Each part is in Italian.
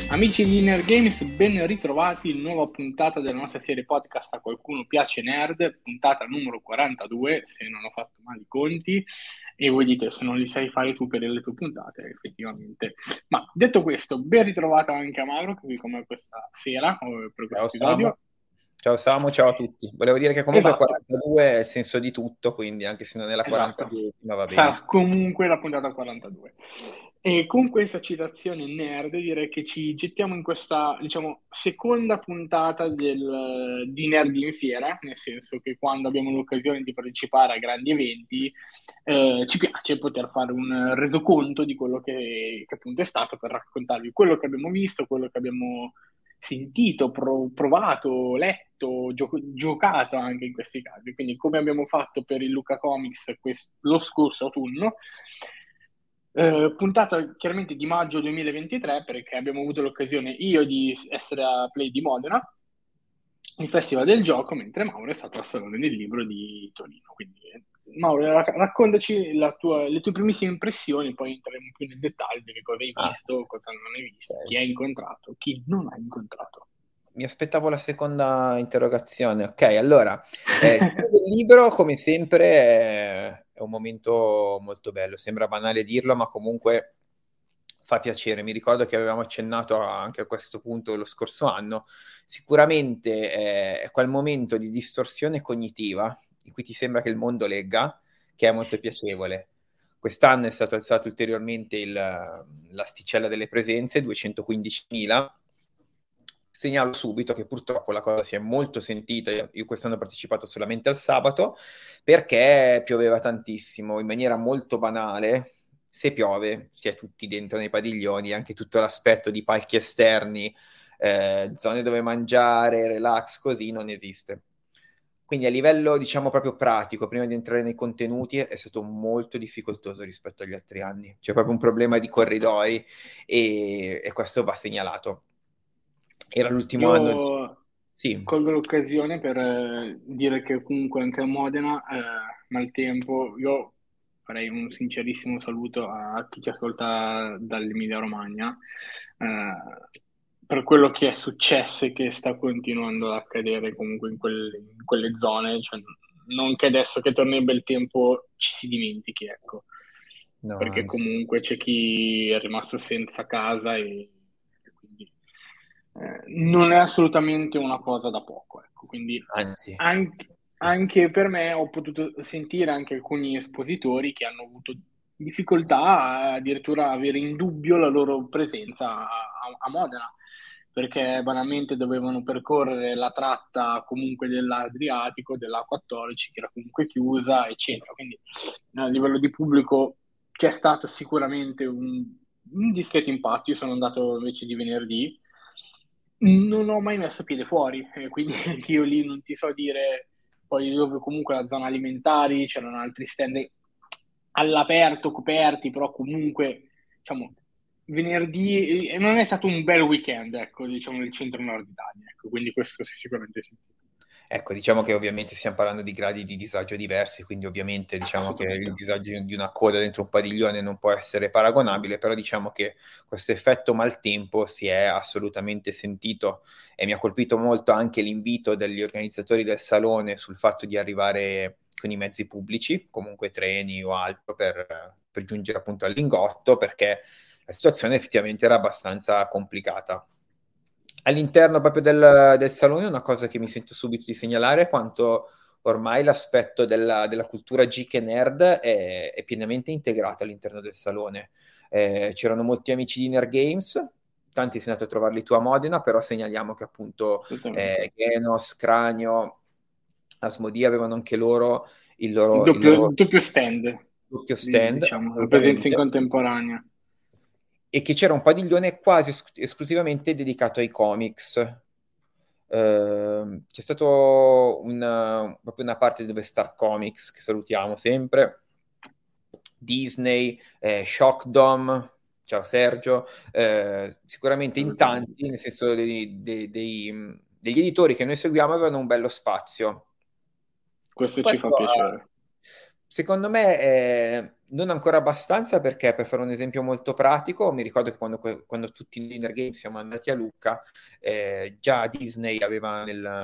Amici di Nerd Games, ben ritrovati in nuova puntata della nostra serie podcast A Qualcuno Piace Nerd, puntata numero 42, se non ho fatto male i conti, e voi dite se non li sai fare tu per le tue puntate, effettivamente. Ma detto questo, ben ritrovato anche a Mauro, qui con me questa sera, per questo Ciao Samu, episodio. ciao a tutti. Volevo dire che comunque Esatto. 42 è il senso di tutto, quindi anche se non è la Esatto, 42esima va bene. sarà comunque la puntata 42. E con questa citazione nerd direi che ci gettiamo in questa, diciamo, seconda puntata di Nerd in Fiera, nel senso che quando abbiamo l'occasione di partecipare a grandi eventi, ci piace poter fare un resoconto di quello che appunto è stato per raccontarvi quello che abbiamo visto, quello che abbiamo sentito, provato, letto, giocato anche in questi casi. Quindi, come abbiamo fatto per il Luca Comics lo scorso autunno, puntata chiaramente di maggio 2023, perché abbiamo avuto l'occasione io di essere a Play di Modena, il Festival del Gioco, mentre Mauro è stato al Salone del Libro di Torino. Quindi, Mauro, raccontaci le tue primissime impressioni, poi entreremo più nel dettaglio di che cosa hai Ah, visto, cosa non hai visto, chi ok. hai incontrato, chi non hai incontrato. Mi aspettavo la seconda interrogazione. Ok, allora, Salone del libro, come sempre, è un momento molto bello. Sembra banale dirlo, ma comunque fa piacere. Mi ricordo che avevamo accennato anche a questo punto lo scorso anno. Sicuramente è quel momento di distorsione cognitiva in cui ti sembra che il mondo legga, che è molto piacevole. Quest'anno è stato alzato ulteriormente l'asticella delle presenze, 215.000. Segnalo subito che purtroppo la cosa si è molto sentita. Io quest'anno ho partecipato solamente al sabato perché pioveva tantissimo, in maniera molto banale. Se piove, si è tutti dentro nei padiglioni, anche tutto l'aspetto di palchi esterni, zone dove mangiare, relax, così non esiste. Quindi a livello, diciamo, proprio pratico, prima di entrare nei contenuti, è stato molto difficoltoso rispetto agli altri anni. C'è proprio un problema di corridoi e questo va segnalato. Era l'ultimo anno. Io Sì. colgo l'occasione per dire che comunque anche a Modena, maltempo, io farei un sincerissimo saluto a chi ci ascolta dall'Emilia Romagna, per quello che è successo e che sta continuando ad accadere comunque in quelle zone, cioè, non che adesso che torna il bel tempo ci si dimentichi, ecco, No, perché anzi. comunque c'è chi è rimasto senza casa e quindi non è assolutamente una cosa da poco, ecco. Quindi Anzi. anche per me ho potuto sentire anche alcuni espositori che hanno avuto difficoltà a addirittura avere in dubbio la loro presenza a Modena, perché banalmente dovevano percorrere la tratta comunque dell'Adriatico, dell'A14, che era comunque chiusa, eccetera. Quindi a livello di pubblico c'è stato sicuramente un discreto impatto. Io sono andato invece di venerdì, non ho mai messo piede fuori, quindi anche io lì non ti so dire, poi dove comunque la zona alimentari c'erano altri stand all'aperto, coperti, però comunque, diciamo, venerdì non è stato un bel weekend, ecco, diciamo, nel centro-nord Italia, ecco, quindi questo si è sicuramente sentito. Ecco, diciamo che ovviamente stiamo parlando di gradi di disagio diversi, quindi ovviamente diciamo che il Assolutamente. disagio di una coda dentro un padiglione non può essere paragonabile, però diciamo che questo effetto maltempo si è assolutamente sentito e mi ha colpito molto anche l'invito degli organizzatori del salone sul fatto di arrivare con i mezzi pubblici, comunque treni o altro, per giungere appunto al Lingotto, perché la situazione effettivamente era abbastanza complicata. All'interno proprio del salone, una cosa che mi sento subito di segnalare è quanto ormai l'aspetto della cultura geek e nerd è pienamente integrato all'interno del salone. C'erano molti amici di Nerd Games, tanti sei andato a trovarli tu a Modena, però segnaliamo che appunto Assolutamente. Genos, Cranio, Asmodee avevano anche loro il Il loro doppio stand, doppio stand, diciamo, la presenza in assolutamente, contemporanea. e che c'era un padiglione quasi esclusivamente dedicato ai comics. C'è stato proprio una parte dove Star Comics, che salutiamo sempre, Disney, Shockdom, ciao Sergio, sicuramente in Assolutamente. tanti, nel senso degli editori che noi seguiamo avevano un bello spazio. Questo ci fa Questo piacere. Secondo me non ancora abbastanza, perché per fare un esempio molto pratico, mi ricordo che quando tutti noi Inner Game siamo andati a Lucca, già Disney aveva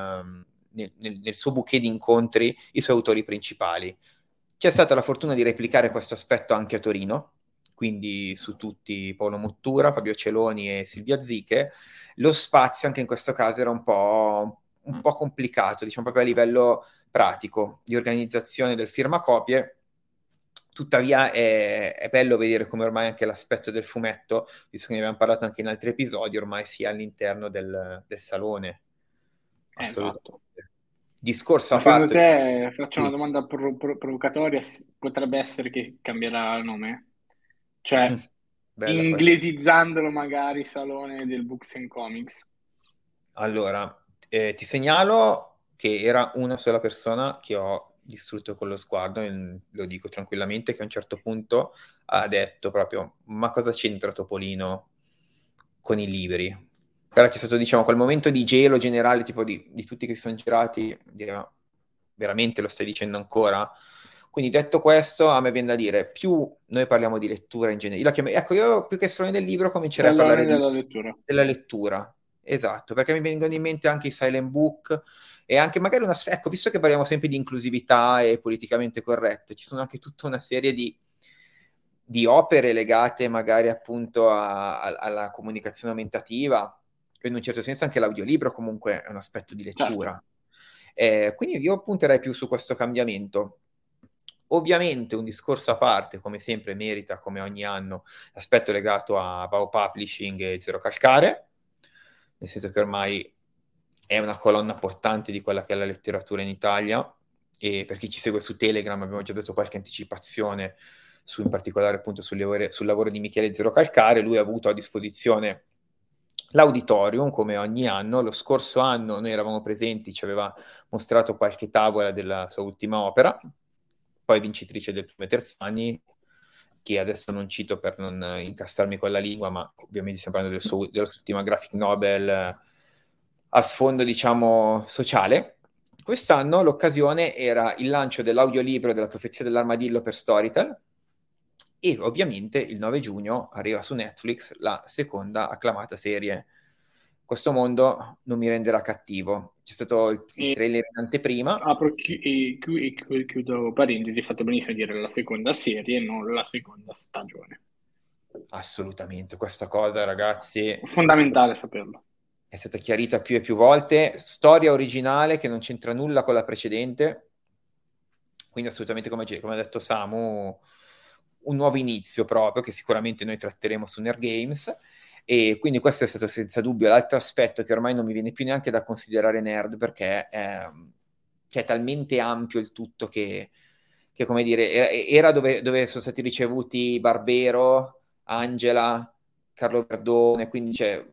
nel suo bouquet di incontri i suoi autori principali. C'è stata la fortuna di replicare questo aspetto anche a Torino, quindi su tutti Paolo Mottura, Fabio Celoni e Silvia Ziche. Lo spazio anche in questo caso era un po' complicato, diciamo proprio a livello pratico di organizzazione del firmacopie. Tuttavia è bello vedere come ormai anche l'aspetto del fumetto, visto che ne abbiamo parlato anche in altri episodi, ormai sia all'interno del salone. Esatto. Assolutamente. Discorso Ma a secondo parte. te, faccio una Sì. domanda provocatoria, potrebbe essere che cambierà il nome? Cioè, Bella questa. inglesizzandolo magari Salone del Books and Comics. Allora, ti segnalo che era una sola persona che ho distrutto con lo sguardo, e lo dico tranquillamente, che a un certo punto ha detto proprio: ma cosa c'entra Topolino con i libri? Però c'è stato, diciamo, quel momento di gelo generale, tipo di tutti che si sono girati, dire: "Ma veramente lo stai dicendo ancora?" Quindi detto questo, a me viene da dire, più noi parliamo di lettura in genere, ecco, io più che solo del libro comincerei a Salone parlare della lettura. della lettura. Esatto, perché mi vengono in mente anche i silent book e anche magari ecco, visto che parliamo sempre di inclusività e politicamente corretto, ci sono anche tutta una serie di opere legate magari appunto alla comunicazione aumentativa, e in un certo senso anche l'audiolibro comunque è un aspetto di Certo, lettura. Quindi io punterei più su questo cambiamento. Ovviamente un discorso a parte, come sempre, merita, come ogni anno, l'aspetto legato a Bao Publishing e Zero Calcare, nel senso che ormai è una colonna portante di quella che è la letteratura in Italia, e per chi ci segue su Telegram abbiamo già dato qualche anticipazione in particolare appunto sul lavoro di Michele Zero Calcare. Lui ha avuto a disposizione l'auditorium come ogni anno. Lo scorso anno noi eravamo presenti, ci aveva mostrato qualche tavola della sua ultima opera, poi vincitrice del primo Terzani, che adesso non cito per non incastrarmi con la lingua, ma ovviamente stiamo parlando della sua ultima graphic novel, a sfondo, diciamo, sociale. Quest'anno l'occasione era il lancio dell'audiolibro della Profezia dell'Armadillo per Storytel, e ovviamente il 9 giugno arriva su Netflix la seconda acclamata serie. Questo mondo non mi renderà cattivo. C'è stato il e trailer in anteprima. apro chiudo parentesi, hai fatto benissimo a dire la seconda serie, non la seconda stagione. Assolutamente, questa cosa, ragazzi, Fondamentale saperlo. è stata chiarita più e più volte. Storia originale che non c'entra nulla con la precedente, quindi assolutamente, come ha detto Samu, un nuovo inizio proprio, che sicuramente noi tratteremo su Nerd Games. E quindi questo è stato senza dubbio l'altro aspetto, che ormai non mi viene più neanche da considerare nerd, perché è talmente ampio il tutto che come dire, era dove sono stati ricevuti Barbero, Angela, Carlo Verdone, quindi c'è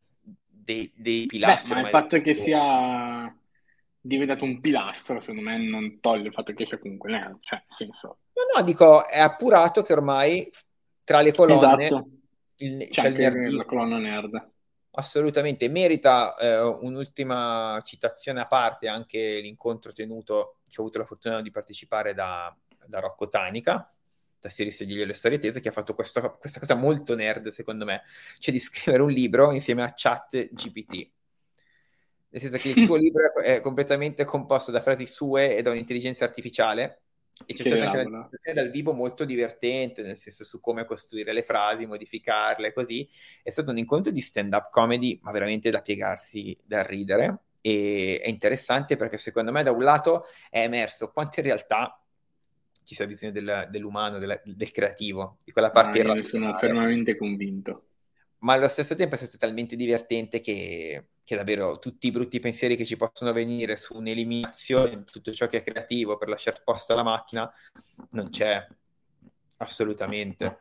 dei Beh, pilastri ma il ormai del fatto che tutto. sia diventato un pilastro, secondo me, non toglie il fatto che sia comunque nerd, cioè, nel senso. No, no, dico, è appurato che ormai tra le colonne Esatto, c'è c'è il anche la nerdismo. colonna nerd. Assolutamente, merita un'ultima citazione a parte anche l'incontro tenuto, che ho avuto la fortuna di partecipare da Rocco Tanica, tastierista di Le Storie Tese, che ha fatto questa cosa molto nerd, secondo me, cioè di scrivere un libro insieme a Chat GPT. Nel senso che il suo libro è completamente composto da frasi sue e da un'intelligenza artificiale, e c'è Che le stata anche una elabora. discussione dal vivo molto divertente, nel senso su come costruire le frasi, modificarle, così. È stato un incontro di stand-up comedy, ma veramente da piegarsi dal ridere, e è interessante perché secondo me da un lato è emerso quanto in realtà ci sia bisogno dell'umano, del creativo, di quella Ah, parte io ne sono irrazionale, fermamente convinto. ma allo stesso tempo è stato talmente divertente che davvero tutti i brutti pensieri che ci possono venire su un'eliminazione di tutto ciò che è creativo per lasciare posto alla macchina non c'è, assolutamente.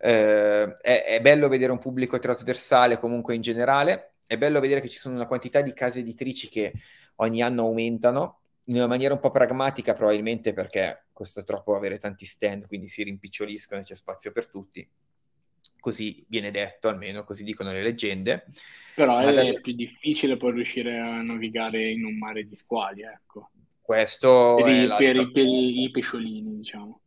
È bello vedere un pubblico trasversale comunque in generale, è bello vedere che ci sono una quantità di case editrici che ogni anno aumentano, in una maniera un po' pragmatica probabilmente, perché costa troppo avere tanti stand, quindi si rimpiccioliscono e c'è spazio per tutti. Così viene detto, almeno così dicono le leggende. Però Ma da è più difficile poi riuscire a navigare in un mare di squali, ecco. questo è Per l'altro i aspetto. pesciolini, diciamo.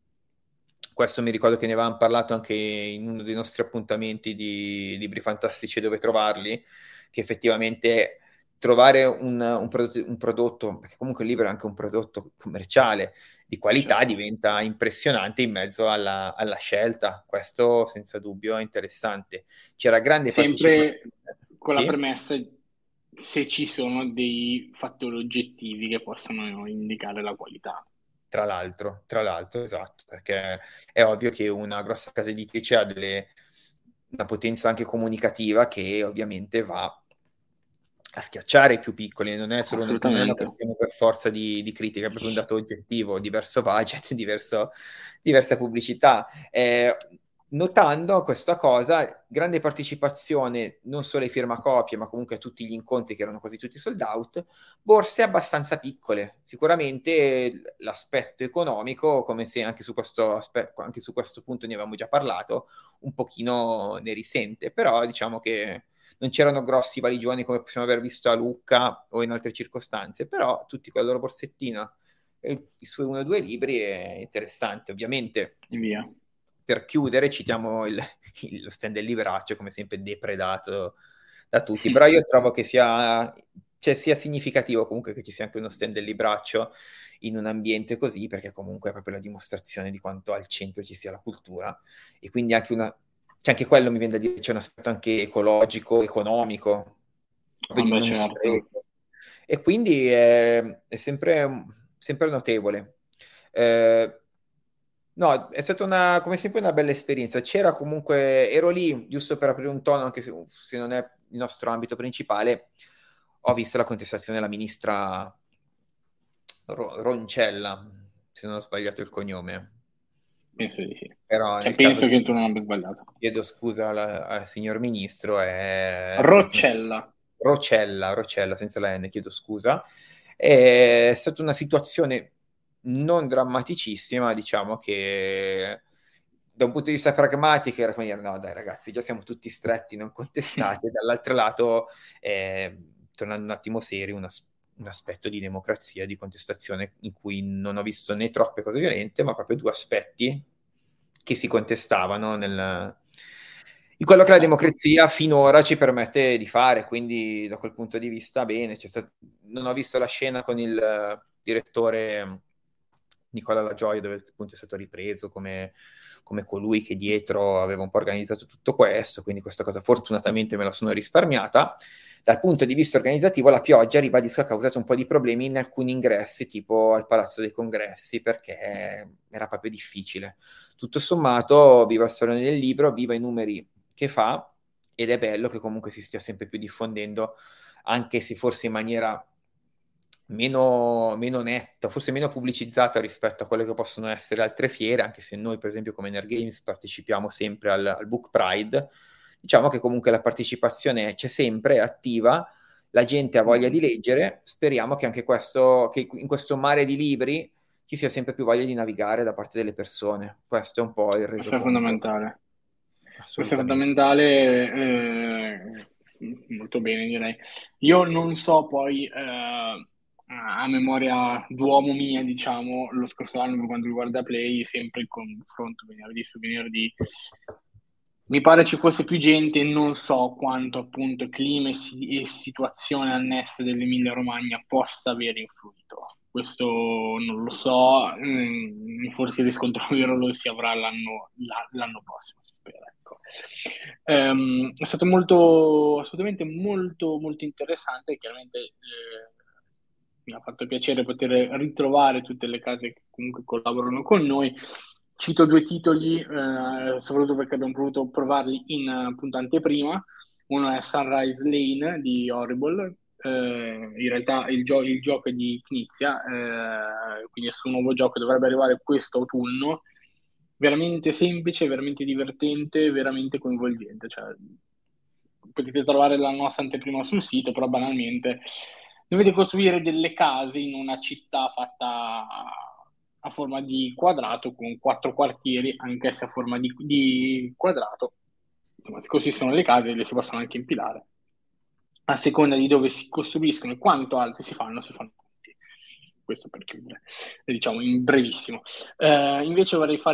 Questo mi ricordo che ne avevamo parlato anche in uno dei nostri appuntamenti di libri fantastici e dove trovarli, che effettivamente trovare un prodotto, perché comunque il libro è anche un prodotto commerciale di qualità, Certo. diventa impressionante in mezzo alla scelta. Questo senza dubbio è interessante. C'era grande Sempre partecipazione. con la Sì? premessa se ci sono dei fattori oggettivi che possano indicare la qualità. Tra l'altro, esatto, perché è ovvio che una grossa casa editrice ha una potenza anche comunicativa che ovviamente va a schiacciare i più piccoli, non è una Assolutamente. questione per forza di critica, è proprio un dato oggettivo, diverso budget, diversa pubblicità. Notando questa cosa, grande partecipazione non solo ai firmacopie, ma comunque a tutti gli incontri che erano quasi tutti sold out, borse abbastanza piccole. Sicuramente l'aspetto economico, come se anche su questo punto ne avevamo già parlato, un pochino ne risente, però diciamo che non c'erano grossi valigioni come possiamo aver visto a Lucca o in altre circostanze, però tutti con la loro borsettina e i suoi uno o due libri è interessante. Ovviamente, E via. per chiudere, citiamo lo stand del libraccio, come sempre depredato da tutti, però io trovo che sia significativo comunque che ci sia anche uno stand del libraccio in un ambiente così, perché comunque è proprio la dimostrazione di quanto al centro ci sia la cultura e quindi c'è anche quello mi viene da dire, c'è un aspetto anche ecologico, economico, proprio di Vabbè, non certo. spreco. E quindi è sempre notevole. Eh, no, è stata come sempre una bella esperienza. Ero lì giusto per aprire un tono, anche se non è il nostro ambito principale. Ho visto la contestazione della ministra Roncella, se non ho sbagliato il cognome. Penso di sì. Però Cioè, nel caso penso che tu non abbia sbagliato. chiedo scusa al signor ministro, è stata una Roccella. Rocella, senza la N, chiedo scusa. È stata una situazione non drammaticissima, diciamo che da un punto di vista pragmatico era come dire, no dai ragazzi, già siamo tutti stretti, non contestati, dall'altro lato, tornando un attimo seri, un aspetto di democrazia, di contestazione in cui non ho visto né troppe cose violente, ma proprio due aspetti che si contestavano in quello che la Certo. democrazia finora ci permette di fare, quindi da quel punto di vista bene. Non ho visto la scena con il direttore Nicola La Gioia, dove appunto è stato ripreso come colui che dietro aveva un po' organizzato tutto questo, quindi questa cosa fortunatamente me la sono risparmiata. Dal punto di vista organizzativo, la pioggia, ribadisco, ha causato un po' di problemi in alcuni ingressi, tipo al Palazzo dei Congressi, perché era proprio difficile. Tutto sommato, viva il Salone del Libro, viva i numeri che fa, ed è bello che comunque si stia sempre più diffondendo, anche se forse in maniera meno netta, forse meno pubblicizzata rispetto a quelle che possono essere altre fiere, anche se noi, per esempio, come Energames partecipiamo sempre al Book Pride. Diciamo che comunque la partecipazione c'è sempre, è attiva, la gente ha voglia di Mhm. leggere, speriamo che anche questo, che in questo mare di libri ci sia sempre più voglia di navigare da parte delle persone. Questo è un po' il Questo è resoconto. fondamentale. Questo è Assolutamente. fondamentale, molto bene direi. Io non so poi, a memoria d'uomo mia, diciamo, lo scorso anno per quanto riguarda Play, sempre il confronto venerdì su venerdì, mi pare ci fosse più gente, non so quanto appunto clima e situazione annessa dell'Emilia-Romagna possa aver influito. Questo non lo so, forse il riscontro vero lo si avrà l'anno prossimo, si spera, ecco. È stato assolutamente molto, molto interessante, chiaramente mi ha fatto piacere poter ritrovare tutte le case che comunque collaborano con noi. Cito due titoli, soprattutto perché abbiamo voluto provarli in appunto anteprima. Uno è Sunrise Lane di Horrible, in realtà il gioco è di Knizia, quindi è su un nuovo gioco che dovrebbe arrivare questo autunno. Veramente semplice, veramente divertente, veramente coinvolgente. Cioè, potete trovare la nostra anteprima sul sito, però banalmente dovete costruire delle case in una città fatta a forma di quadrato con quattro quartieri, anch'esse a forma di quadrato. Insomma, così sono le case, le si possono anche impilare. A seconda di dove si costruiscono e quanto alte si fanno punti. Questo per chiudere, diciamo in brevissimo. Invece vorrei fare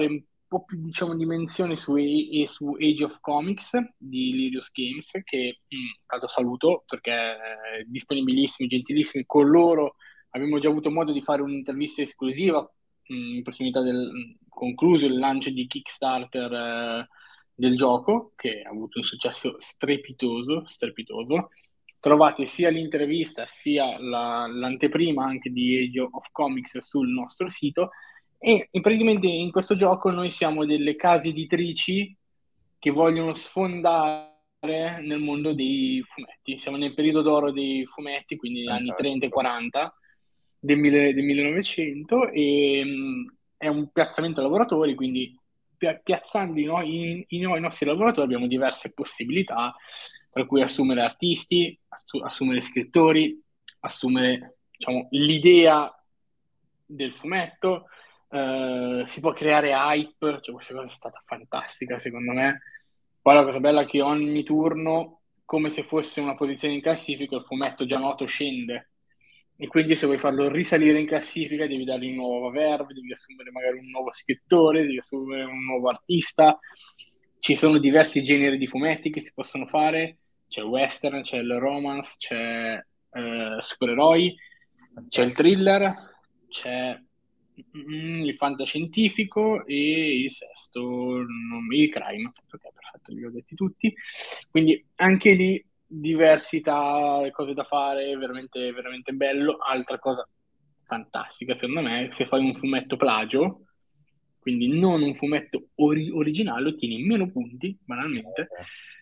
po' più, diciamo, dimensioni su Age of Comics di Lirius Games, che tanto saluto perché è disponibilissimi, gentilissimi. Con loro abbiamo già avuto modo di fare un'intervista esclusiva in prossimità del concluso il lancio di Kickstarter del gioco, che ha avuto un successo strepitoso, strepitoso. Trovate sia l'intervista sia l'anteprima anche di Age of Comics sul nostro sito e praticamente in questo gioco noi siamo delle case editrici che vogliono sfondare nel mondo dei fumetti. Siamo nel periodo d'oro dei fumetti, quindi negli anni 30 e Fantastico. 40 del 1900 e è un piazzamento lavoratori, quindi piazzando i nostri lavoratori abbiamo diverse possibilità, per cui assumere artisti, assumere scrittori, assumere, diciamo, l'idea del fumetto, si può creare hype, cioè questa cosa è stata fantastica secondo me. Poi la cosa bella è che ogni turno, come se fosse una posizione in classifica, il fumetto già noto scende. E quindi se vuoi farlo risalire in classifica devi dargli un nuovo verve, devi assumere magari un nuovo scrittore, devi assumere un nuovo artista. Ci sono diversi generi di fumetti che si possono fare, c'è il western, c'è il romance, c'è supereroi, c'è il Fantastico. thriller, c'è il fantascientifico e il sesto, il crime, ok, perfetto, li ho detti tutti. Quindi anche lì diversità, cose da fare, veramente, veramente bello. Altra cosa fantastica, secondo me, se fai un fumetto plagio, quindi non un fumetto originale, ottieni meno punti, banalmente,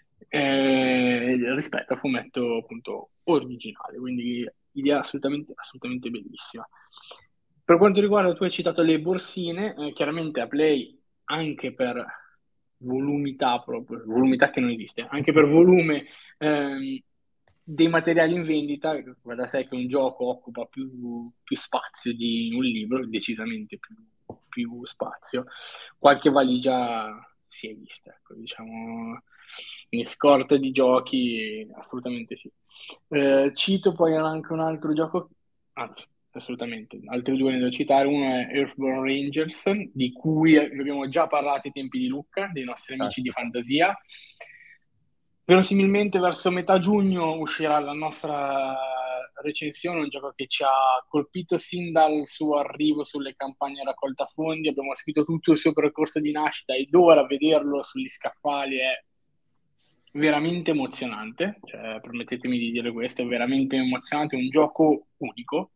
rispetto al fumetto appunto originale. Quindi idea assolutamente, assolutamente bellissima. Per quanto riguarda, tu hai citato le borsine, chiaramente a Play anche per volumità proprio, volumità che non esiste, anche per volume ehm, dei materiali in vendita, va da sé che un gioco occupa più spazio di un libro, decisamente più spazio, qualche valigia si è vista, ecco, diciamo, in scorta di giochi, assolutamente sì. Cito poi anche un altro gioco, anzi, assolutamente, altri due ne devo citare. Uno è Earthborn Rangers, di cui abbiamo già parlato ai tempi di Lucca, dei nostri amici di Fantastico. Fantasia. Verosimilmente verso metà giugno uscirà la nostra recensione, un gioco che ci ha colpito sin dal suo arrivo sulle campagne raccolta fondi. Abbiamo scritto tutto il suo percorso di nascita ed ora vederlo sugli scaffali è veramente emozionante, cioè, permettetemi di dire questo, è veramente emozionante, è un gioco unico,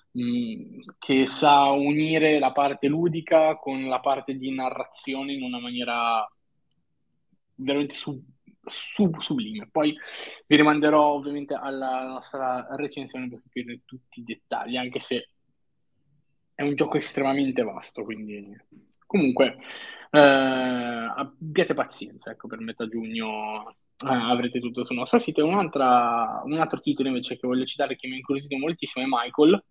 che sa unire la parte ludica con la parte di narrazione in una maniera veramente sublime. Poi vi rimanderò ovviamente alla nostra recensione per capire tutti i dettagli, anche se è un gioco estremamente vasto, quindi comunque abbiate pazienza, ecco, per metà giugno avrete tutto sul nostro sito. E un altro titolo invece che voglio citare che mi ha incuriosito moltissimo è Michael,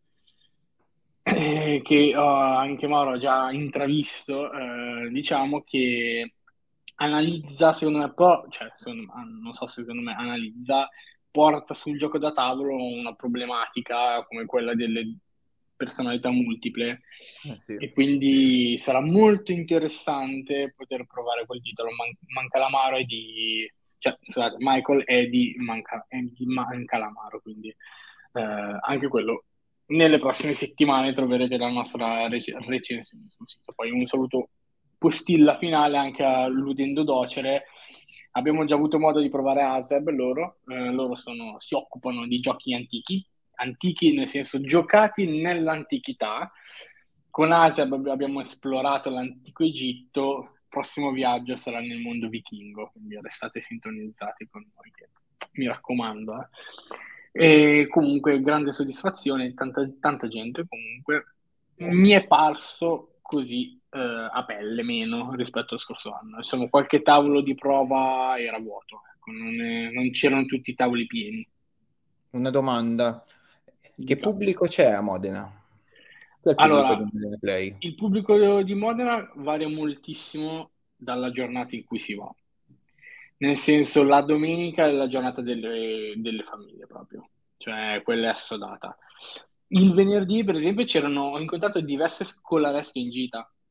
che anche Mauro ha già intravisto, diciamo che analizza, secondo me, cioè, non so se secondo me analizza, porta sul gioco da tavolo una problematica come quella delle personalità multiple Sì. e quindi sarà molto interessante poter provare quel titolo. Mancalamaro è di... Cioè, scusate, Michael è di Mancalamaro, quindi anche quello nelle prossime settimane troverete la nostra recensione sul sito. Poi un saluto postilla finale anche a Ludendo Docere. Abbiamo già avuto modo di provare Aseb, loro si occupano di giochi antichi, antichi nel senso giocati nell'antichità. Con Aseb abbiamo esplorato l'antico Egitto, il prossimo viaggio sarà nel mondo vichingo, quindi restate sintonizzati con noi, che, mi raccomando. E comunque grande soddisfazione, tanta gente comunque. Mi è parso così a pelle meno rispetto al scorso anno. Insomma, qualche tavolo di prova era vuoto, ecco, non c'erano tutti i tavoli pieni. Una domanda. Che Dica. pubblico c'è a Modena? Chi è il pubblico di Allora, Modena Play? il pubblico di Modena varia moltissimo dalla giornata in cui si va. Nel senso, la domenica è la giornata delle famiglie proprio, cioè quella è assodata. Il venerdì, per esempio, ho incontrato diverse scolaresche in gita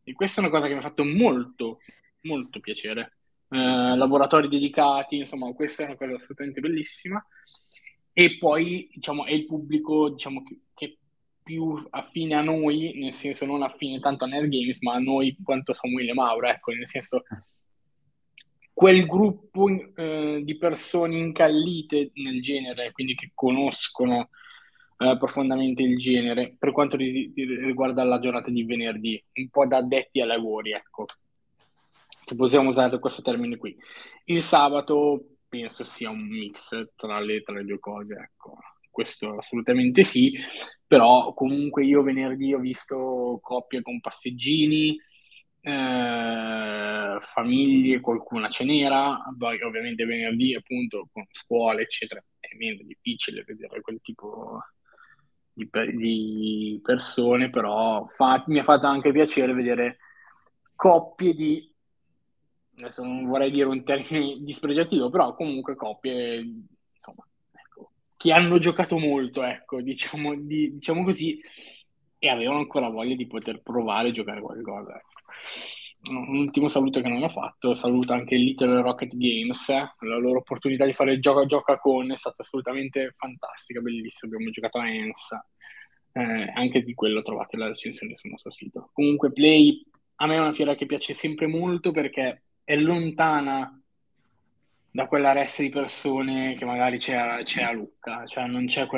E questa è una cosa che mi ha fatto molto, molto piacere. Sì, sì. Laboratori dedicati, insomma, questa è una cosa assolutamente bellissima. E poi, diciamo, è il pubblico, diciamo, che è più affine a noi, nel senso non affine tanto a Nerd Games, ma a noi quanto Samuele Mauro, ecco, nel senso quel gruppo di persone incallite nel genere, quindi che conoscono profondamente il genere, per quanto riguarda la giornata di venerdì, un po' da addetti ai lavori, ecco, se possiamo usare questo termine qui. Il sabato penso sia un mix tra le due cose, ecco. Questo assolutamente sì, però comunque io venerdì ho visto coppie con passeggini, famiglie, qualcuna ce n'era, poi ovviamente venerdì appunto con scuole eccetera è meno difficile vedere quel tipo di persone, però mi ha fatto anche piacere vedere coppie di, adesso non vorrei dire un termine dispregiativo, però comunque coppie, insomma, ecco, che hanno giocato molto, ecco, diciamo così, e avevano ancora voglia di poter provare a giocare qualcosa. Ecco. Un ultimo saluto che non ho fatto, saluto anche Little Rocket Games, la loro opportunità di fare gioca gioca con è stata assolutamente fantastica, bellissima, abbiamo giocato a ENSA, anche di quello trovate la recensione sul nostro sito. Comunque Play a me è una fiera che piace sempre molto perché è lontana da quella ressa di persone che magari c'è a Lucca, cioè non c'è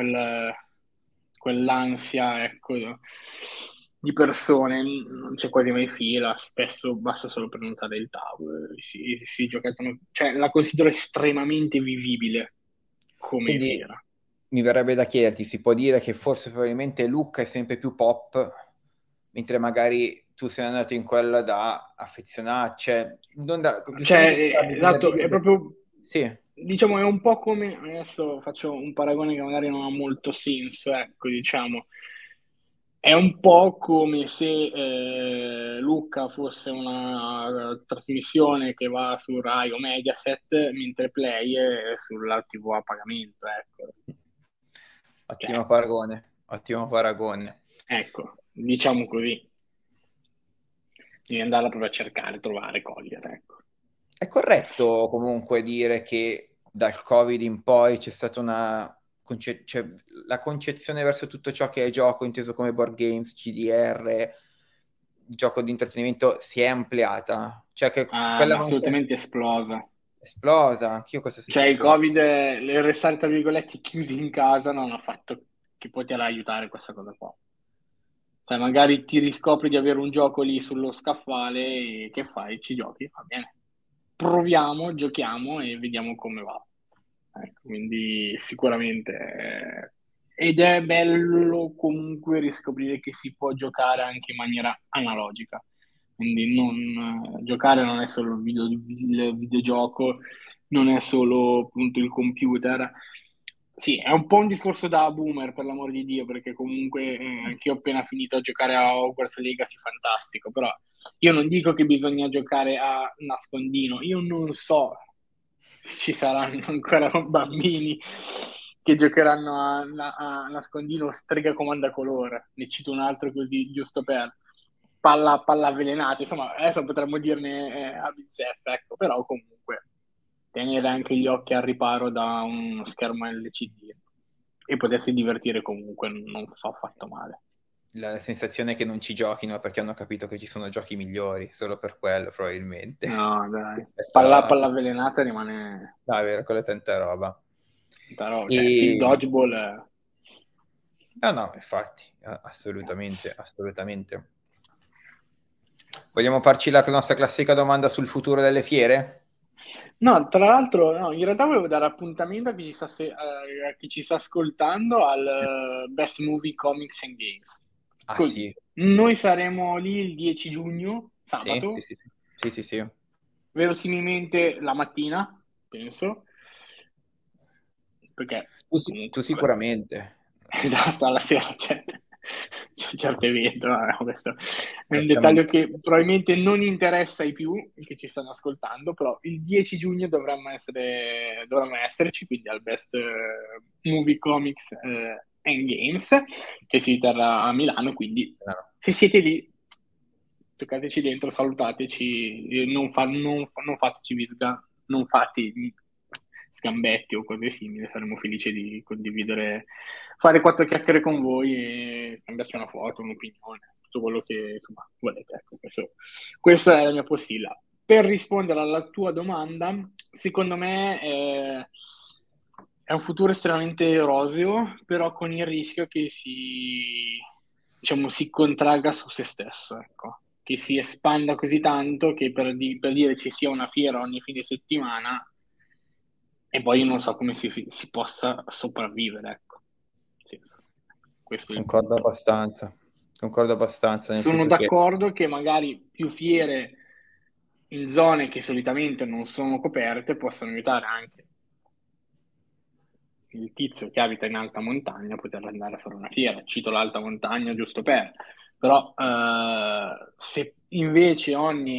quell'ansia, ecco, di persone, non c'è quasi mai fila, spesso basta solo prenotare il tavolo, si gioca, cioè la considero estremamente vivibile come Quindi fiera. mi verrebbe da chiederti, si può dire che forse probabilmente Lucca è sempre più pop, mentre magari tu sei andato in quella da affezionato, cioè, non da, giustamente bisogna Esatto, è dire, proprio, sì, diciamo, è un po' come, adesso faccio un paragone che magari non ha molto senso, ecco, diciamo, è un po' come se Lucca fosse una trasmissione che va su Rai o Mediaset, mentre Play è sulla TV a pagamento, ecco. Cioè, ottimo paragone, ottimo paragone. ecco, diciamo così, devi andarla proprio a cercare, trovare, cogliere, ecco. È corretto comunque dire che dal Covid in poi c'è stata cioè, la concezione verso tutto ciò che è gioco, inteso come board games, CDR, gioco di intrattenimento, si è ampliata. Cioè che quella Ma mancanza assolutamente esplosa. è esplosa, anch'io ho questa Cioè, il sensazione. Covid, il restare tra virgolette chiusi in casa non ha fatto che poterà aiutare questa cosa qua. Cioè, magari ti riscopri di avere un gioco lì sullo scaffale e che fai? Ci giochi? Va bene. Proviamo, giochiamo e vediamo come va. Ecco, quindi sicuramente ed è bello comunque riscoprire che si può giocare anche in maniera analogica. Quindi giocare non è solo il videogioco, non è solo appunto il computer. Sì, è un po' un discorso da boomer, per l'amor di Dio, perché comunque anche io ho appena finito a giocare a Hogwarts Legacy, fantastico, però io non dico che bisogna giocare a nascondino, io non so se ci saranno ancora bambini che giocheranno a nascondino strega comanda colore. Ne cito un altro così, giusto per palla avvelenata. Insomma, adesso potremmo dirne a bizzeffa, ecco, però comunque tenere anche gli occhi al riparo da uno schermo LCD e potersi divertire comunque non fa affatto male. La sensazione è che non ci giochino perché hanno capito che ci sono giochi migliori, solo per quello probabilmente. No, dai. Rispetto Palla avvelenata rimane. no, è vero, quella è tanta roba. Però, cioè, il E dodgeball. no, no, infatti, assolutamente, assolutamente. Vogliamo farci la nostra classica domanda sul futuro delle fiere? No, tra l'altro, no, in realtà volevo dare appuntamento a a chi ci sta ascoltando al Best Movie Comics and Games. Ah Così, sì, noi saremo lì il 10 giugno, sì, sì, sabato, sì, sì, sì, sì, sì. verosimilmente la mattina, penso, perché Tu comunque, vabbè, sicuramente. esatto, alla sera c'è un certo evento, vabbè, questo è un Facciamo in... dettaglio che probabilmente non interessa ai più che ci stanno ascoltando, però il 10 giugno dovremmo esserci, quindi al Best Movie Comics and Games, che si terrà a Milano, quindi no, no. se siete lì toccateci dentro, salutateci, non fateci non fate scambetti o cose simili, saremo felici di condividere, fare quattro chiacchiere con voi e scambiarci una foto, un'opinione, tutto quello che insomma volete. Ecco, questa è la mia postilla. Per rispondere alla tua domanda, secondo me è un futuro estremamente roseo, però con il rischio che diciamo, si contragga su se stesso, ecco. Che si espanda così tanto che per dire ci sia una fiera ogni fine settimana e poi io non so come si possa sopravvivere, ecco. Sì, questo è il Concordo punto. abbastanza. Concordo abbastanza, nel Sono senso che d'accordo che magari più fiere in zone che solitamente non sono coperte possono aiutare anche il tizio che abita in alta montagna a poter andare a fare una fiera. Cito l'alta montagna giusto per. Però se invece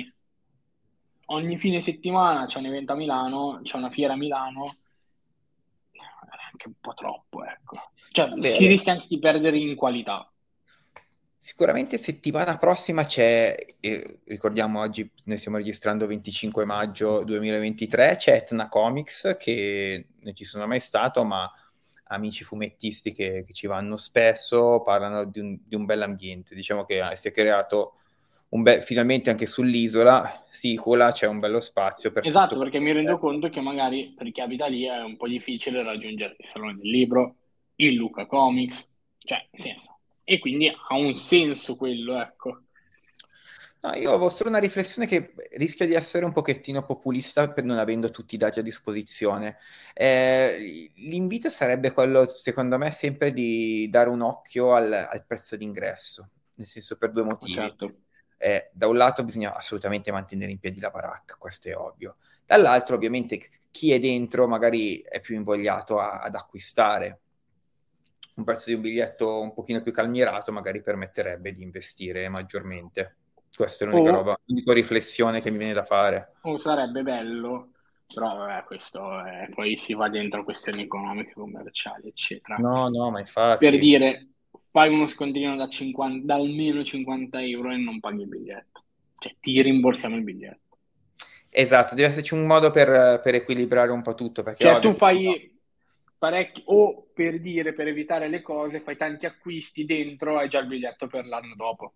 ogni fine settimana c'è un evento a Milano, c'è una fiera a Milano, è anche un po' troppo, ecco. Cioè, vabbè, si rischia anche di perdere in qualità. sicuramente settimana prossima c'è, ricordiamo oggi noi stiamo registrando 25 maggio 2023, c'è Etna Comics che non ci sono mai stato, ma amici fumettisti che ci vanno spesso parlano di un bell'ambiente. Diciamo che si è creato finalmente anche sull'isola Sicola c'è un bello spazio per tutto Esatto, perché questo. mi rendo conto che magari per chi abita lì è un po' difficile raggiungere il Salone del Libro, il Luca Comics, cioè, nel senso, e quindi ha un senso quello, ecco. No, io avevo solo una riflessione che rischia di essere un pochettino populista per non avendo tutti i dati a disposizione. L'invito sarebbe quello, secondo me, sempre di dare un occhio al prezzo d'ingresso, nel senso per due motivi. Certo. Da un lato bisogna assolutamente mantenere in piedi la baracca, questo è ovvio. Dall'altro, ovviamente, chi è dentro magari è più invogliato ad acquistare. Un prezzo di un biglietto un pochino più calmierato magari permetterebbe di investire maggiormente. Questa è l'unica riflessione che mi viene da fare. O sarebbe bello, però vabbè, questo è, poi si va dentro questioni economiche, commerciali, eccetera. No, no, ma Per infatti. dire, fai uno scontrino da almeno 50 euro e non paghi il biglietto. Cioè, ti rimborsiamo il biglietto. Esatto, deve esserci un modo per equilibrare un po' tutto, perché è Cioè, ovvio tu che se no. fai parecchi, o per dire, per evitare le cose, fai tanti acquisti dentro, hai già il biglietto per l'anno dopo.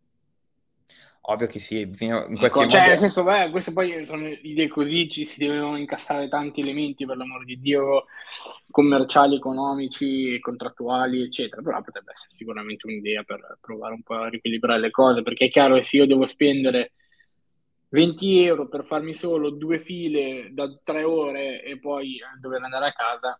Ovvio che sì, bisogna in qualche Ecco, cioè, nel modo. senso, beh, queste poi sono idee così, ci si devono incastrare tanti elementi, per l'amor di Dio, commerciali, economici, contrattuali, eccetera. Però potrebbe essere sicuramente un'idea per provare un po' a riequilibrare le cose, perché è chiaro che se io devo spendere 20 euro per farmi solo due file da 3 ore e poi dover andare a casa,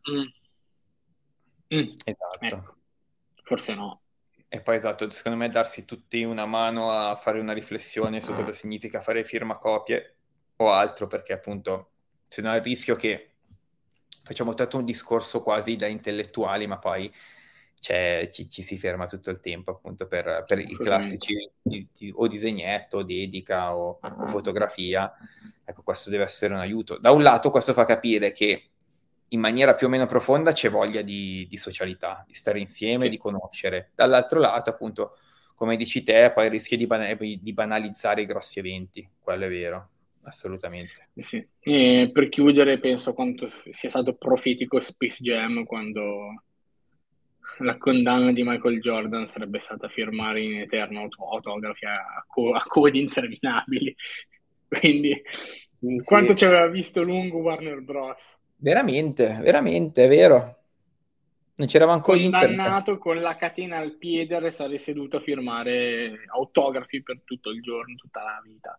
Esatto. ecco, forse no. E poi esatto, secondo me darsi tutti una mano a fare una riflessione su cosa significa fare firmacopie o altro, perché appunto se no è il rischio che facciamo tutto un discorso quasi da intellettuali, ma poi ci si ferma tutto il tempo appunto per i Assolutamente. classici o disegnetto, o dedica o fotografia. Ecco, questo deve essere un aiuto. Da un lato questo fa capire che in maniera più o meno profonda c'è voglia di socialità, di stare insieme, di Sì. conoscere. Dall'altro lato, appunto, come dici te, poi rischia di banalizzare i grossi eventi, quello è vero, assolutamente. Sì. E per chiudere, penso quanto sia stato profetico Space Jam quando la condanna di Michael Jordan sarebbe stata firmare in eterno autografi a code interminabili. Quindi, Sì, quanto sì. ci aveva visto lungo Warner Bros. Veramente, veramente, è vero. Non c'era manco internet. Condannato con la catena al piede a restare seduto a firmare autografi per tutto il giorno, tutta la vita.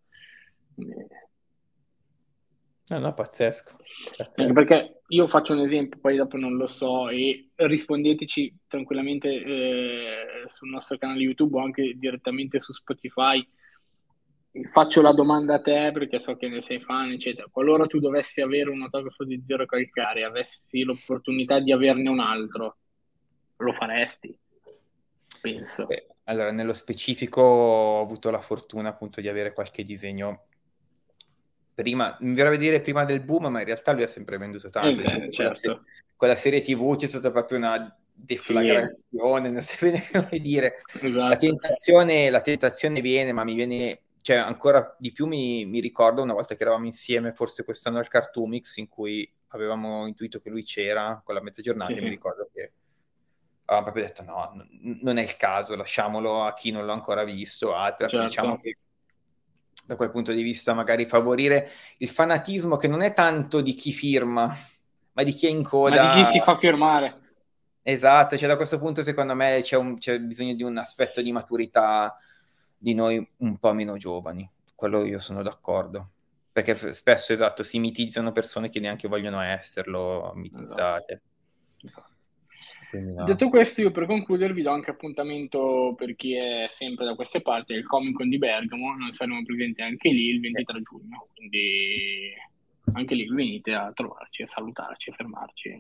No, no, pazzesco, Anche pazzesco. perché io faccio un esempio, poi dopo non lo so, e rispondeteci tranquillamente sul nostro canale YouTube o anche direttamente su Spotify. Faccio la domanda a te perché so che ne sei fan, eccetera. Qualora tu dovessi avere un autografo di Zero Calcare, avessi l'opportunità di averne un altro, lo faresti? Penso. Allora, nello specifico ho avuto la fortuna appunto di avere qualche disegno prima, mi verrebbe a dire prima del boom, ma in realtà lui ha sempre venduto tanto. Diciamo, Certo. quella serie TV c'è stata proprio una Sì, deflagrazione, non so bene come dire. esatto. La tentazione viene, ma mi viene cioè ancora di più mi ricordo una volta che eravamo insieme, forse quest'anno al Cartoomix, in cui avevamo intuito che lui c'era con la mezza giornata, Sì, e mi sì, ricordo che avevamo proprio detto no, non è il caso, lasciamolo a chi non l'ha ancora visto, altra, diciamo certo. che da quel punto di vista magari favorire il fanatismo che non è tanto di chi firma, ma di chi è in Ma di chi coda. si fa firmare? Esatto, cioè da questo punto secondo me c'è bisogno di un aspetto di maturità di noi un po' meno giovani, quello io sono d'accordo, perché spesso, esatto, si mitizzano persone che neanche vogliono esserlo Esatto, mitizzate. esatto. Quindi Detto no. questo, io per concludere vi do anche appuntamento per chi è sempre da queste parti, il Comic Con di Bergamo, noi saremo presenti anche lì il 23 giugno, quindi anche lì venite a trovarci, a salutarci, a fermarci.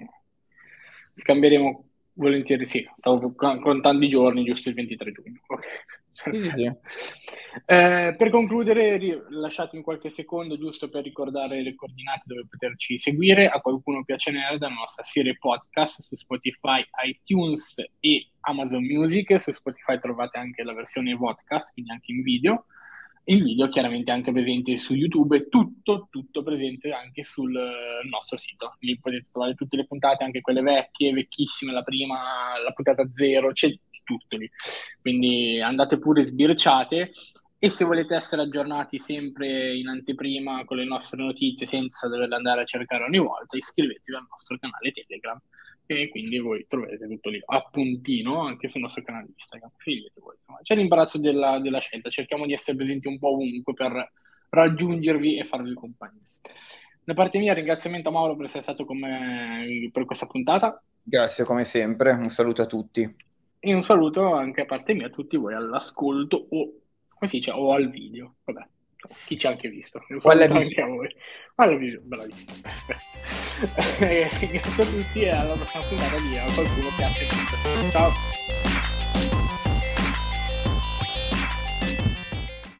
Scambieremo volentieri, sì, stavo contando i giorni, giusto il 23 giugno. Ok, Sì, sì, sì. perfetto. Per concludere, lasciatemi qualche secondo giusto per ricordare le coordinate dove poterci seguire. A qualcuno piace Nerd, la nostra serie podcast su Spotify, iTunes e Amazon Music. Su Spotify trovate anche la versione podcast, quindi anche in video. Il video chiaramente anche presente su YouTube e tutto presente anche sul nostro sito. Lì potete trovare tutte le puntate, anche quelle vecchie, vecchissime, la prima, la puntata zero, c'è tutto lì. Quindi andate pure sbirciate e se volete essere aggiornati sempre in anteprima con le nostre notizie senza doverle andare a cercare ogni volta, iscrivetevi al nostro canale Telegram e quindi voi troverete tutto lì a puntino anche sul nostro canale Instagram. Scegliete voi. Insomma, c'è l'imbarazzo della scelta, cerchiamo di essere presenti un po' ovunque per raggiungervi e farvi compagnia. Da parte mia, ringraziamento a Mauro per essere stato con me per questa puntata Grazie come sempre, un saluto a tutti. e un saluto anche a parte mia a tutti voi all'ascolto o, come si dice, o al video. Vabbè, chi ci ha anche visto. Un Quella saluto anche a voi. Alla video, bravissimo. Grazie a tutti e alla prossima puntata di A Qualcuno Piace Tutto. Ciao.